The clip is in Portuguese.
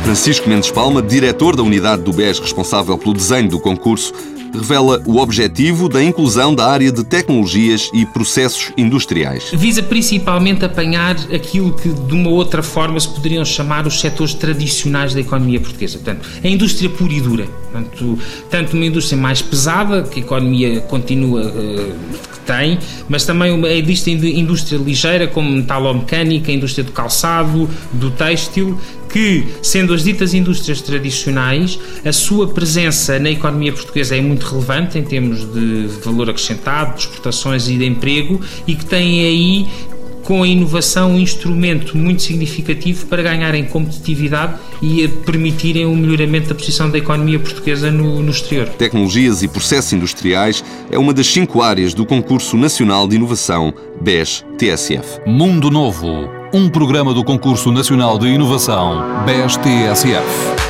Francisco Mendes Palma, diretor da unidade do BES responsável pelo desenho do concurso, revela o objetivo da inclusão da área de tecnologias e processos industriais. Visa principalmente apanhar aquilo que de uma outra forma se poderiam chamar os setores tradicionais da economia portuguesa. Portanto, a indústria pura e dura. Tanto uma indústria mais pesada, que a economia continua que tem, mas também a indústria ligeira, como metalomecânica, a indústria do calçado, do têxtil, que, sendo as ditas indústrias tradicionais, a sua presença na economia portuguesa é muito relevante em termos de valor acrescentado, de exportações e de emprego, e que têm aí, com a inovação, um instrumento muito significativo para ganharem competitividade e a permitirem um melhoramento da posição da economia portuguesa no exterior. Tecnologias e processos industriais é uma das 5 áreas do Concurso Nacional de Inovação BES-TSF. Mundo Novo, um programa do Concurso Nacional de Inovação BES-TSF.